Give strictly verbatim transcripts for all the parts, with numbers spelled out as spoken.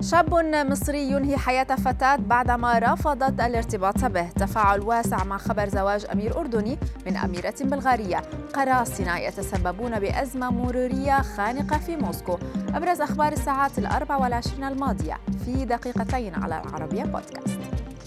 شاب مصري ينهي حياة فتاة بعدما رفضت الارتباط به. تفاعل واسع مع خبر زواج أمير أردني من أميرة بلغارية. قراصنة يتسببون بأزمة مرورية خانقة في موسكو. أبرز أخبار الساعات الأربع والعشرين الماضية في دقيقتين على العربية بودكاست.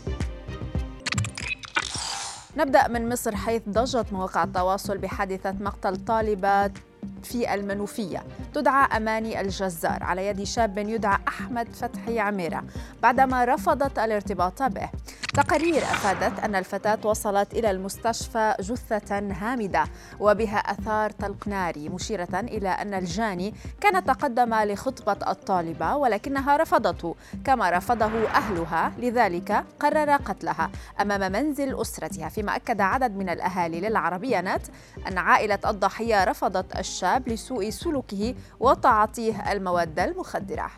نبدأ من مصر، حيث ضجت مواقع التواصل بحادثة مقتل طالبة في المنوفية تدعى أماني الجزار على يد شاب يدعى أحمد فتحي عميرة بعدما رفضت الارتباط به. تقارير أفادت أن الفتاة وصلت إلى المستشفى جثة هامدة وبها أثار طلق ناري، مشيرة إلى أن الجاني كان تقدم لخطبة الطالبة ولكنها رفضته كما رفضه أهلها، لذلك قرر قتلها أمام منزل أسرتها. فيما أكد عدد من الأهالي للعربية نت أن عائلة الضحية رفضت الشاب لسوء سلوكه وتعاطيه المواد المخدرة.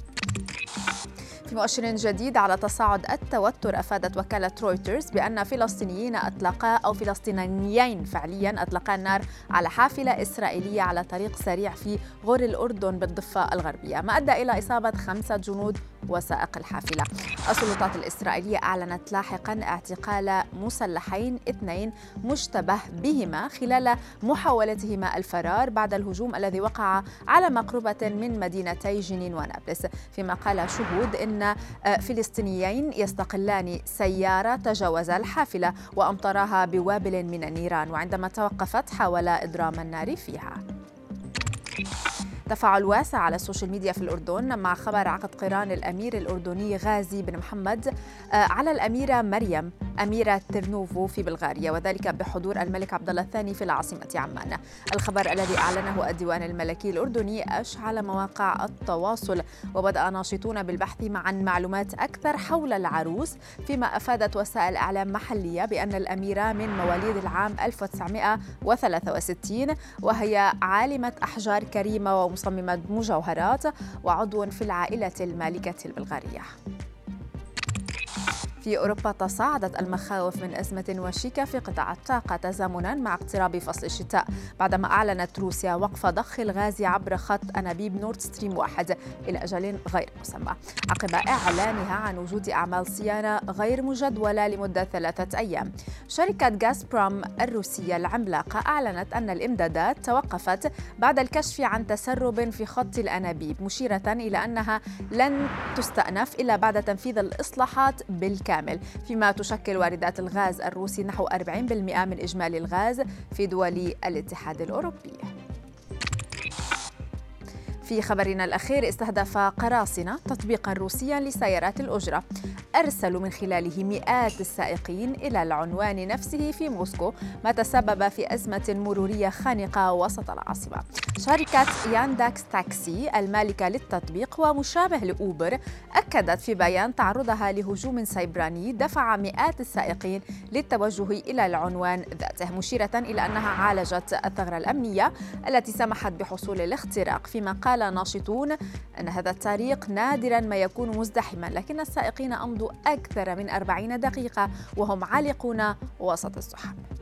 في مؤشر جديد على تصاعد التوتر، أفادت وكالة رويترز بأن فلسطينيين أطلقا أو فلسطينيين فعليا أطلقا النار على حافلة إسرائيلية على طريق سريع في غور الأردن بالضفة الغربية، ما أدى إلى إصابة خمسة جنود وسائق الحافلة. السلطات الإسرائيلية أعلنت لاحقا اعتقال مسلحين اثنين مشتبه بهما خلال محاولتهما الفرار بعد الهجوم الذي وقع على مقربة من مدينتي جنين ونابلس. فيما قال شهود إن فلسطينيين يستقلان سيارة تجاوز الحافلة وأمطرها بوابل من النيران، وعندما توقفت حاول إضرام النار فيها. تفاعل واسع على السوشيال ميديا في الأردن مع خبر عقد قران الأمير الأردني غازي بن محمد على الأميرة مريم أميرة ترنوفو في بلغاريا، وذلك بحضور الملك عبد الله الثاني في العاصمة عمان. الخبر الذي أعلنه الديوان الملكي الأردني أشعل مواقع التواصل، وبدأ ناشطون بالبحث عن معلومات أكثر حول العروس، فيما أفادت وسائل إعلام محلية بأن الأميرة من مواليد العام ألف وتسعمائة وثلاثة وستين، وهي عالمة أحجار كريمة ومصممة مجوهرات وعضو في العائلة المالكة البلغارية. في أوروبا تصاعدت المخاوف من أزمة وشيكة في قطاع الطاقة تزامنا مع اقتراب فصل الشتاء، بعدما أعلنت روسيا وقف ضخ الغاز عبر خط أنابيب نورد ستريم واحد إلى أجل غير مسمى، عقب إعلانها عن وجود أعمال صيانة غير مجدولة لمدة ثلاثة أيام. شركة غازبروم الروسية العملاقة أعلنت أن الإمدادات توقفت بعد الكشف عن تسرب في خط الأنابيب، مشيرة إلى أنها لن تستأنف إلا بعد تنفيذ الإصلاحات بالكامل، فيما تشكل واردات الغاز الروسي نحو أربعين بالمئة من إجمالي الغاز في دول الاتحاد الأوروبي. في خبرنا الأخير، استهدف قراصنة تطبيقا روسيا لسيارات الأجرة أرسلوا من خلاله مئات السائقين إلى العنوان نفسه في موسكو، ما تسبب في أزمة مرورية خانقة وسط العاصمة. شركة ياندكس تاكسي المالكة للتطبيق ومشابه لأوبر أكدت في بيان تعرضها لهجوم سيبراني دفع مئات السائقين للتوجه إلى العنوان ذاته، مشيرة إلى أنها عالجت الثغرة الأمنية التي سمحت بحصول الاختراق. فيما قال ناشطون أن هذا الطريق نادرا ما يكون مزدحما، لكن السائقين أمضوا أكثر من أربعين دقيقة وهم عالقون وسط الزحام.